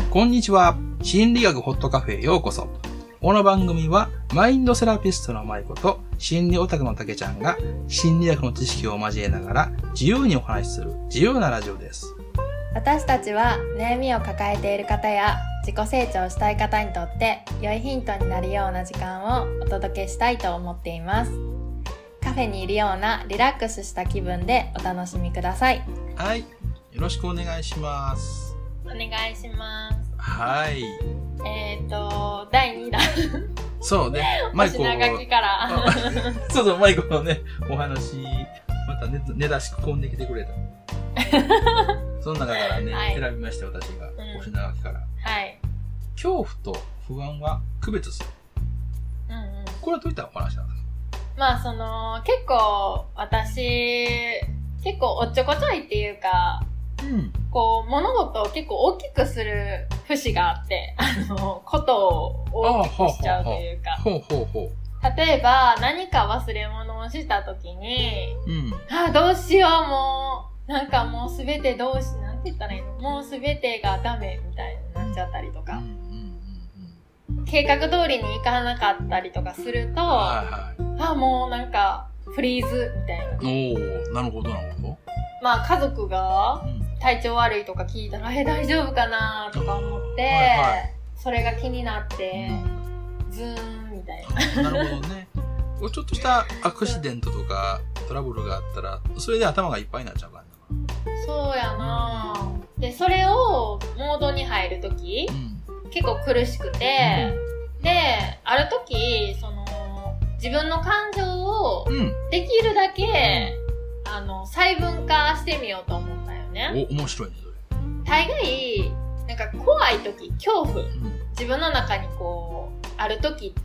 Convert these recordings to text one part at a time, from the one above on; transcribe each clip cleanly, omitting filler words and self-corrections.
こんにちは。心理学ホットカフェへようこそ。この番組はマインドセラピストのまいこと心理オタクのたけちゃんが心理学の知識を交えながら自由にお話しする自由なラジオです。 私たちは悩みを抱えている方や自己成長したい方にとって良いヒントになるような時間をお届けしたいと思っています。カフェにいるようなリラックスした気分でお楽しみください。 はい。よろしくお願いします。 お願いします。 はい。 第2弾。 そうね。マイコ。 お品書きから。 そう、マイコのね、お話、また根出し込んできてくれた。その中からね、はい、選びました私が、お品書きから。 はい。 恐怖と不安は区別する。これはどういったお話なんですか？ まあ、結構、私、結構おっちょこちょいっていうか、こう、物事を結構大きくする節があって、ことを大きくしちゃうというか。例えば、何か忘れ物をしたときに、どうしよう、もう、なんかもうすべてなんて言ったらいいの？もうすべてがダメみたいになっちゃったりとか。計画通りに行かなかったりとかすると、もうなんか、フリーズみたいな。なるほど、なるほど。 まあ家族が体調悪いとか聞いたら、大丈夫かなとか思って、それが気になって、ズーンみたいな。なるほどね。ちょっとしたアクシデントとかトラブルがあったら、それで頭がいっぱいになっちゃうからな。そうやな。で、それをモードに入るとき、結構苦しくて、で、あるとき、自分の感情をできるだけ、細分化してみようと思ったよね。 面白いね、それ。 大概、なんか怖いとき、恐怖、自分の中にあるときって、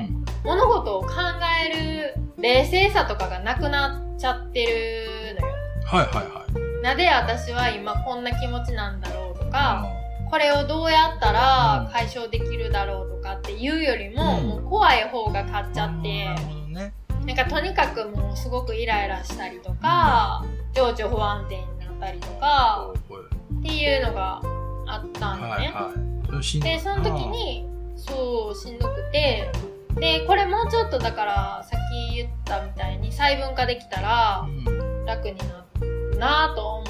物事を考える冷静さとかがなくなっちゃってるのよ。なんで私は今こんな気持ちなんだろうとか、これをどうやったら解消できるだろうとかっていうよりも、もう怖い方が勝っちゃって、なんかとにかくもうすごくイライラしたりとか、情緒不安定になったりとか、っていうのがあったんだね。で、その時に、しんどくて、で、これもうちょっとだから、さっき言ったみたいに細分化できたら、楽になるなぁと思った。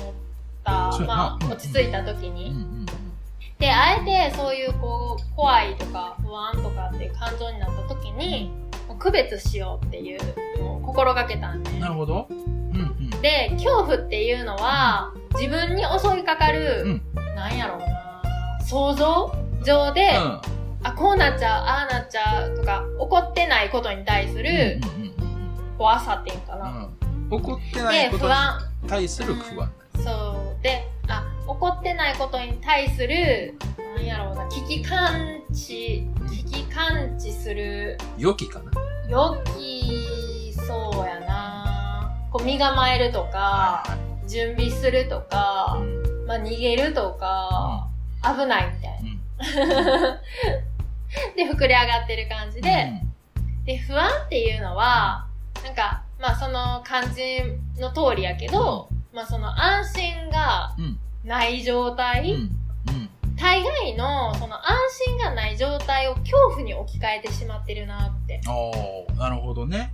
まあ、落ち着いた時に。で、あえてそういう怖いとか不安とかっていう感情になった時に、区別しようっていうのを心がけたんで。 なるほど。 で、恐怖っていうのは、自分に襲いかかる、なんやろうな、想像上で、こうなっちゃう、ああなっちゃうとか、起こってないことに対する怖さっていうかな。 起こってないことに対する不安。 そう。で、起こってないことに対する、なんやろうな、危機感知する。 予期かな？ 予期、そうやな。身構えるとか、準備するとか、逃げるとか、危ないみたいな。で、膨れ上がってる感じで、で、不安っていうのは、なんか、その感じの通りやけど、その安心がない状態、大概のその安心がない状態を恐怖に置き換えてしまってるなって。 なるほどね。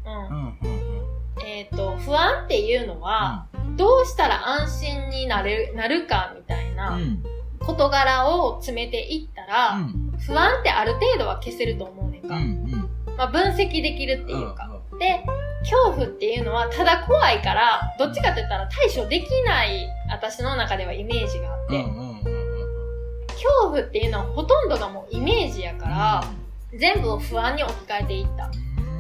不安っていうのは、どうしたら安心になるかみたいな事柄を詰めていったら、不安ってある程度は消せると思うねんか。分析できるっていうか。で、恐怖っていうのはただ怖いから、どっちかって言ったら対処できない私の中ではイメージがあって、恐怖っていうのはほとんどがもうイメージやから、全部を不安に置き換えていった。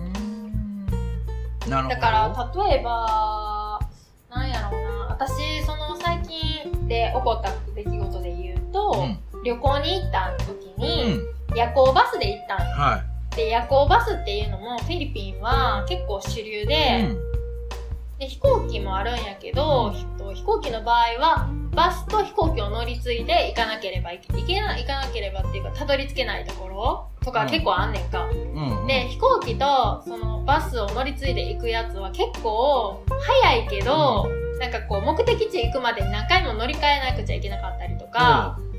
なるほど。 だから例えば、なんやろうな、私最近で起こった出来事で言うと、旅行に行った時に、夜行バスで行ったんよ。で、夜行バスっていうのもフィリピンは結構主流で、で、飛行機もあるんやけど、飛行機の場合は、バスと飛行機を乗り継いで行かなければっていうか、たどり着けないところとか結構あんねんか。で、飛行機とそのバスを乗り継いで行くやつは結構早いけど、なんか目的地行くまでに何回も乗り換えなくちゃいけなかったりとか、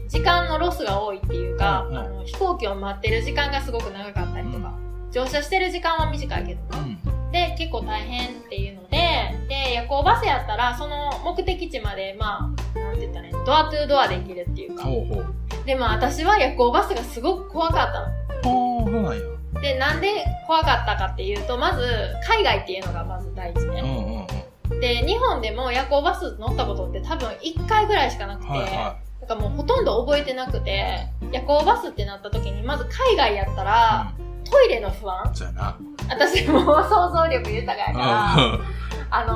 時間のロスが多いっていうか、飛行機を待ってる時間がすごく長かったりとか、乗車してる時間は短いけどね。で、結構大変っていうので、夜行バスやったら、その目的地まで、まあ、なんて言ったらいいの、ドアトゥードアできるっていうか。でも私は夜行バスがすごく怖かったの。 そうなんや。 で、なんで怖かったかっていうと、まず、海外っていうのがまず大事ね。で、日本でも夜行バス乗ったことって多分1回ぐらいしかなくて、だからもうほとんど覚えてなくて、夜行バスってなった時に、まず海外やったら、トイレの不安。 そうやな。 私も想像力豊かやから、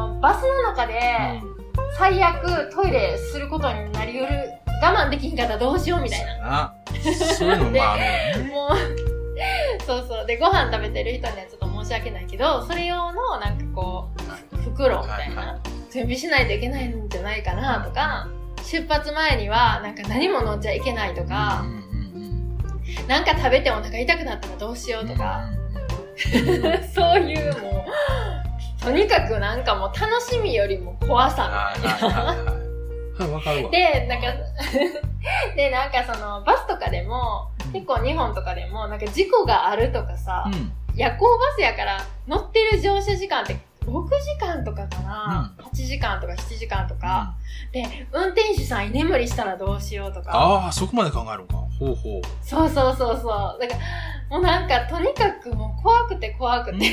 バスの中で、最悪トイレすることになりうる、我慢できんかったらどうしようみたいな。 そういうのもあるよね。 もう、そうそう。で、ご飯食べてる人にはちょっと申し訳ないけど、それ用のなんかこう、袋みたいな、準備しないといけないんじゃないかなとか、出発前にはなんか何も飲んじゃいけないとか、なんか食べてお腹痛くなったらどうしようとか、そういうもう、とにかくなんかもう楽しみよりも怖さみたいな。 わかるわ。 で、なんかそのバスとかでも、結構日本とかでもなんか事故があるとかさ、夜行バスやから乗ってる乗車時間って6時間とかかな、8時間とか7時間とか、で、運転手さん居眠りしたらどうしようとか。 ああ、そこまで考えるのか。ほうほう。 そうそうそうそう。だから、もうなんかとにかくもう怖くて怖くて。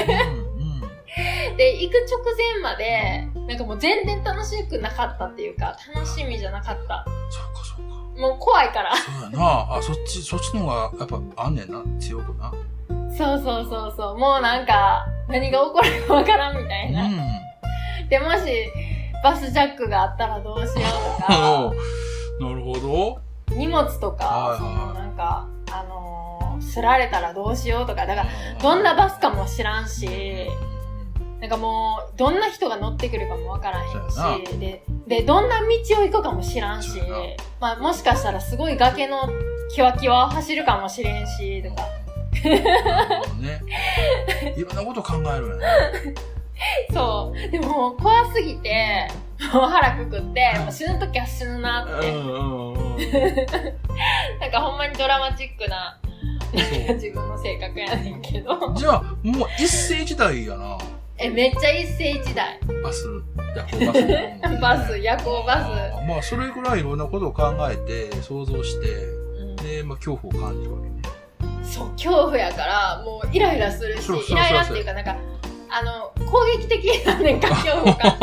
で、行く直前まで、なんかもう全然楽しくなかったっていうか、楽しみじゃなかった。 そうかそうか。 もう怖いから。 そうやな。そっちの方がやっぱあんねんな。強くな。 そうそうそうそう。もうなんか、何が起こるかわからんみたいな。で、もし、バスジャックがあったらどうしようとか。 なるほど。 荷物とか、なんか、すられたらどうしようとか。だから、どんなバスかも知らんし、なんかもう、どんな人が乗ってくるかもわからへんし、で、どんな道を行くかも知らんし、まあもしかしたらすごい崖のキワキワを走るかもしれんし、とか。 ね。いろんなこと考えるよね。 そう。でも、怖すぎて、もう腹くくって、もう死ぬときは死ぬなって。なんかほんまにドラマチックな、なんか自分の性格やねんけど。 じゃあ、もう一世時代やな。 めっちゃ一世一代。 バス、夜行バス、ね。 バス、夜行バス。 まあ、それぐらいいろんなことを考えて、想像して、で、まあ、恐怖を感じるわけね。 そう、恐怖やから、もうイライラするし、イライラっていうかなんか、攻撃的なんねんか、恐怖感じ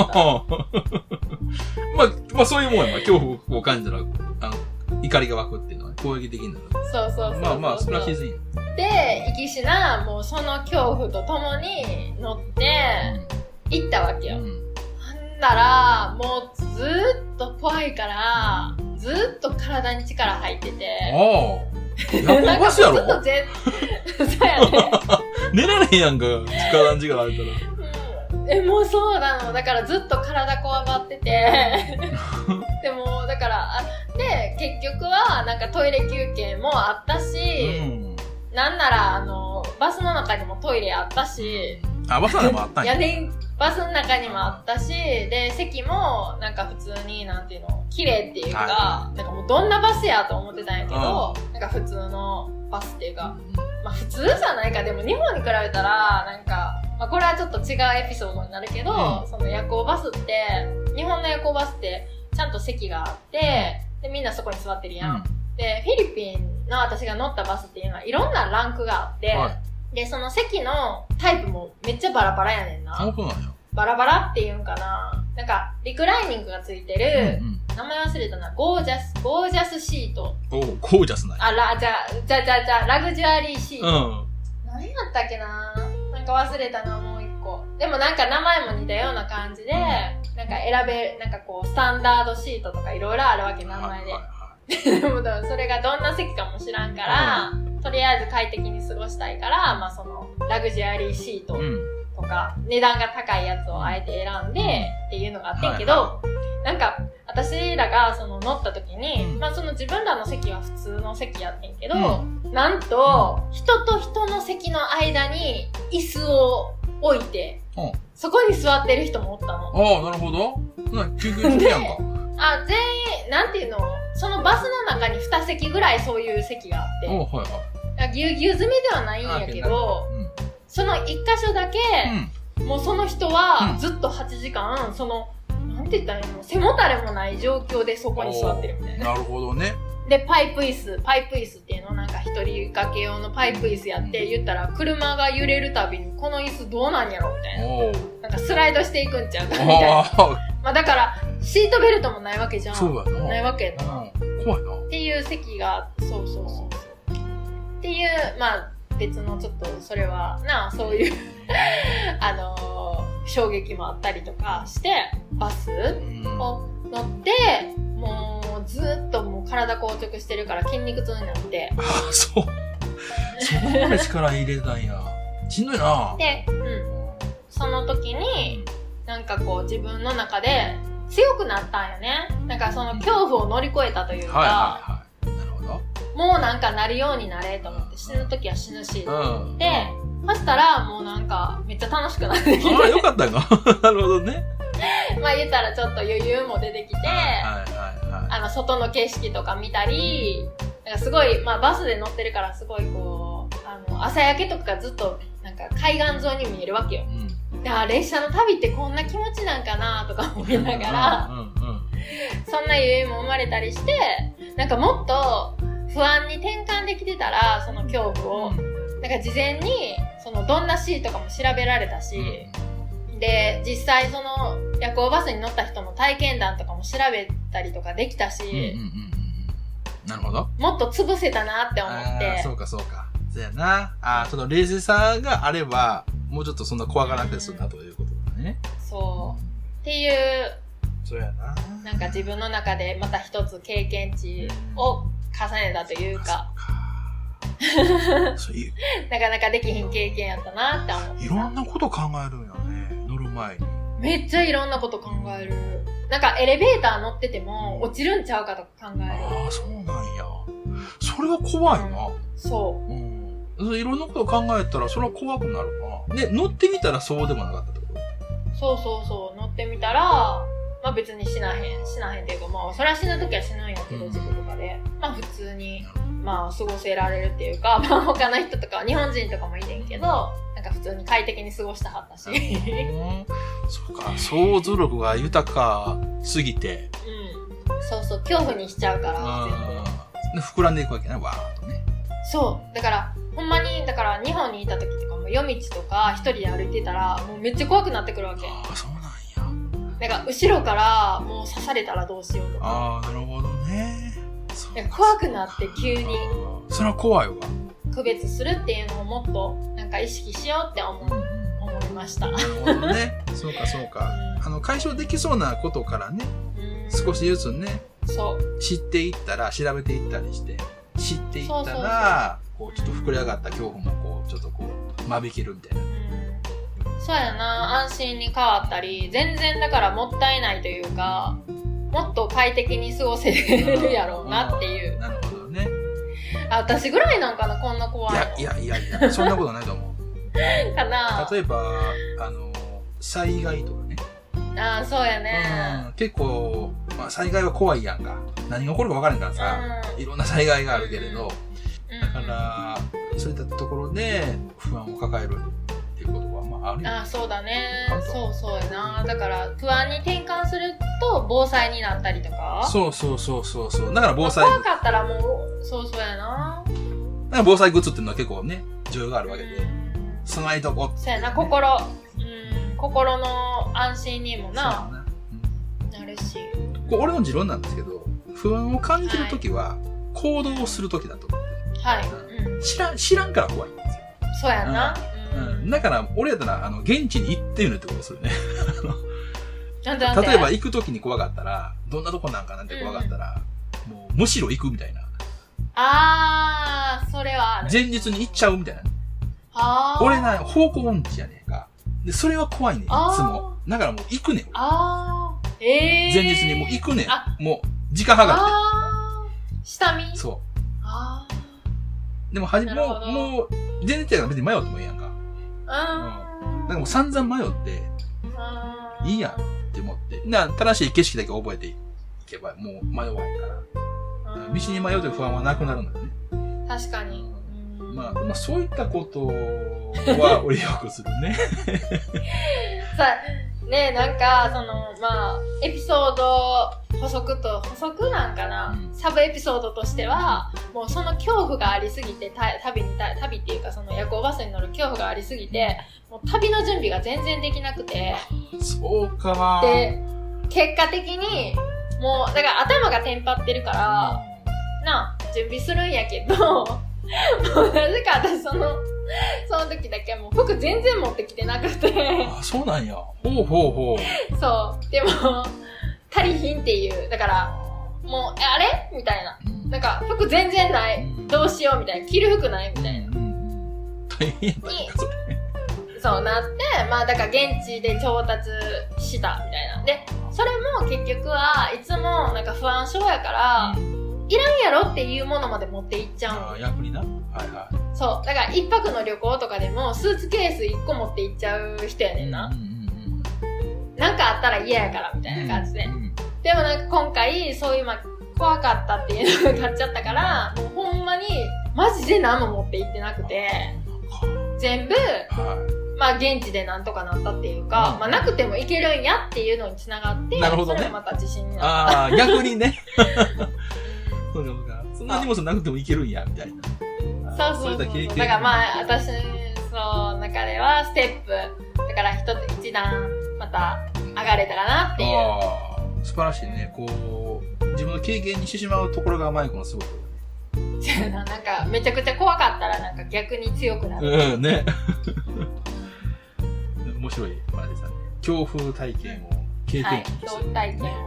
た。まあ、そういうもんや。恐怖を感じたら、怒りが湧くっていうのは攻撃的になる。 そうそうそう。 まあ、それは気づいん。 で、生きしな、もうその恐怖とともに乗って、行ったわけよ。なんなら、もうずーっと怖いから、ずーっと体に力入ってて。夜行バスやろ？そうやね。 寝られへんやんか、体に力入ったら。もうそうなの。だからずっと体こわばってて。でも、だから、で、結局は、なんかトイレ休憩もあったし、なんなら、バスの中にもトイレあったし、 バスの中にもあったんや。 バスの中にもあったし、で、席も、なんか普通に、なんていうの、綺麗っていうか、なんかもうどんなバスやと思ってたんやけど、なんか普通のバスっていうか、まあ普通じゃないか、でも日本に比べたら、なんか、まあこれはちょっと違うエピソードになるけど、その夜行バスって、日本の夜行バスって、ちゃんと席があって、で、みんなそこに座ってるやん。で、フィリピンの私が乗ったバスっていうのは、いろんなランクがあって、で、その席のタイプもめっちゃバラバラやねんな。 そうなんや。 バラバラっていうんかな。なんか、リクライニングがついてる、名前忘れたな、ゴージャスシート。 ゴージャスなんや。 じゃあ、ラグジュアリーシート。何やったっけな、なんか忘れたな、もう一個。でもなんか名前も似たような感じで、なんかなんかこう、スタンダードシートとかいろいろあるわけ、名前で。でもそれがどんな席かも知らんから、とりあえず快適に過ごしたいから、まあその、ラグジュアリーシートとか、値段が高いやつをあえて選んで、っていうのがあってんけど、なんか、私らがその乗った時に、まあその自分らの席は普通の席やってんけど、なんと、人と人の席の間に椅子を置いて、そこに座ってる人もおったの。 なるほど。救急車やんか。 全員、なんていうの、そのバスの中に2席ぐらいそういう席があって、 はいはい。 ぎゅうぎゅう詰めではないんやけど、その1箇所だけ、もうその人はずっと8時間、なんて言ったらいいの、背もたれもない状況でそこに座ってるみたいな。 なるほどね。 で、パイプ椅子っていうの、なんか一人掛け用のパイプ椅子やって、言ったら車が揺れるたびにこの椅子どうなんやろみたいな。なんかスライドしていくんちゃうかみたいな。まあだから、シートベルトもないわけじゃん。 そうやな。 ないわけやな。 怖いな。 っていう席が、そう。っていう、まあ別のちょっと、それはな、そういう、衝撃もあったりとかして、バスを乗って、もうずっともう体硬直してるから筋肉痛になって。 そう。そこまで力入れたんや。しんどいな。 で、その時に、なんかこう自分の中で強くなったんよね。なんかその恐怖を乗り越えたというか、 なるほど。 もうなんかなるようになれと思って、死ぬ時は死ぬし、で、そしたらもうなんかめっちゃ楽しくなってきて。 よかったんか。なるほどね。 まあ言ったらちょっと余裕も出てきて、外の景色とか見たり、なんかすごい、まあバスで乗ってるからすごいこう、朝焼けとかがずっとなんか海岸沿いに見えるわけよ。で、列車の旅ってこんな気持ちなんかなとか思いながら、そんな余裕も生まれたりして、なんかもっと不安に転換できてたら、その恐怖を、なんか事前に、どんなシートかも調べられたし、で、実際その夜行バスに乗った人の体験談とかも調べたりとかできたし、 なるほど。 もっと潰せたなって思って。 そうか。そうやな。その冷静さがあれば、もうちょっとそんな怖がらなくて済んだということだね。 そう。っていう、 そうやな。 なんか自分の中でまた一つ経験値を重ねたというか。なかなかできひん経験やったなって思って。 いろんなこと考えるんよね。乗る前に。 めっちゃいろんなこと考える。なんかエレベーター乗ってても落ちるんちゃうかとか考える。 そうなんや。それは怖いな。 そう。 いろんなこと考えたらそれは怖くなるな。で、乗ってみたらそうでもなかったってこと？ そう。乗ってみたら、まあ別に死なへんっていうか、まあそれは死ぬときは死ぬんやけど、事故とかで。まあ普通に、まあ過ごせられるっていうか、まあ他の人とか、日本人とかもいてんけど、なんか普通に快適に過ごしたはったし。 そうか、想像力が豊かすぎて。 そう、恐怖にしちゃうから、 で、膨らんでいくわけね、わーっとね。 そう。だから、ほんまに、日本にいた時とかも夜道とか一人で歩いてたら、もうめっちゃ怖くなってくるわけ。 そうなんや。なんか、後ろからもう刺されたらどうしようとか。 なるほどね。 怖くなって急に。 それは怖いわ。 区別するっていうのをもっと、なんか意識しようって思いました。 なるほどね。そうか。解消できそうなことからね、少しずつね、知っていったら、調べていったりして、知っていったら、こう、ちょっと膨れ上がった恐怖もこう、ちょっとこう、間引けるみたいな。 そうやな、安心に変わったり、全然だからもったいないというか、もっと快適に過ごせるやろうなっていう。 なるほどね。 私ぐらいなんかな、こんな怖いの。 いや、そんなことないと思う。 かな。 例えば、災害とかね。 そうやね。 結構、まあ、災害は怖いやんか。何が起こるか分からんからさ、いろんな災害があるけれど、だから、そういったところで不安を抱えるっていうことは、まあ、あるよね。 そうだね。そうやな。だから、不安に転換すると、防災になったりとか。 そう。だから防災。 怖かったらもう、そうやな。 だから防災グッズっていうのは結構ね、需要があるわけで、備えとこ。 そうやな、心の安心にもなるし。 これ俺の持論なんですけど、不安を感じるときは、行動をするときだと思って。 はい。 知らんから怖いんですよ。 そうやな。 だから、俺やったら、現地に行ってみるってことするね。例えば行くときに怖かったら、どんなとこなんかなんて怖かったら、もうむしろ行くみたいな。 それはある。 前日に行っちゃうみたいな。俺な、方向音痴やねんか。で、それは怖いねん、いつも。だからもう行くねん。前日にもう行くねん。もう、時間計って。 下見？ そう。でも、もう、前日やから別に迷ってもいいやんか。だからもう散々迷って、いいやんって思って。正しい景色だけ覚えてけばもう迷わへんから。道に迷うという不安はなくなるのよね。 確かに。 まあ、そういったことは俺よくするね。 さね、なんか、まあ、エピソード、補足なんかな、サブエピソードとしては、もうその恐怖がありすぎて、旅っていうかその夜行バスに乗る恐怖がありすぎて、もう旅の準備が全然できなくて。 そうか。 で、結果的に、もう、だから頭がテンパってるから、準備するんやけど、もうなぜか私その時だけもう服全然持ってきてなくて。 あ、そうなんや。ほう。 そう。でも、足りひんっていう。だから、もう、あれみたいな。なんか、服全然ない。どうしようみたいな。着る服ないみたいな。 大変だね、それ。 そうなって、まあだから現地で調達したみたいな。で、それも結局はいつもなんか不安症やから、いらんやろっていうものまで持っていっちゃうの。 逆にな。はいはい。 そう。だから一泊の旅行とかでもスーツケース1個持っていっちゃう人やねんな。なんかあったら嫌やからみたいな感じで。でもなんか今回そういう怖かったっていうのが勝っちゃったから、もうほんまにマジで何も持っていってなくて、全部、まあ現地でなんとかなったっていうか、まあなくてもいけるんやっていうのに繋がって、 なるほどね、 それもまた自信になった。 ああ、逆にね。そうか。そんな荷物なくてもいけるんや、みたいな。 そう。だからまあ、私の中ではステップ、だから一段また上がれたらなっていう。 素晴らしいね。こう、自分の経験にしてしまうところがマイクのすごい。 なんか、めちゃくちゃ怖かったらなんか逆に強くなる。 ね。面白い、マジさんね。恐怖体験を経験はい、恐怖体験を。はい。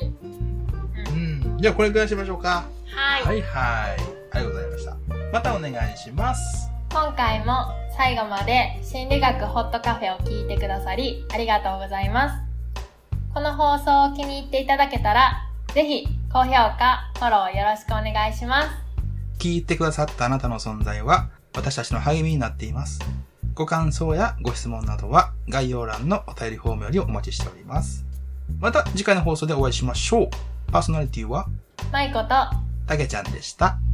じゃあこれくらいしましょうか。 はい。 ありがとうございました。またお願いします。 今回も最後まで心理学ホットカフェを聞いてくださりありがとうございます。この放送を気に入っていただけたら、ぜひ高評価、フォローよろしくお願いします。 聞いてくださったあなたの存在は私たちの励みになっています。ご感想やご質問などは概要欄のお便りフォームよりお待ちしております。また次回の放送でお会いしましょう。パーソナリティはマイコとたけちゃんでした。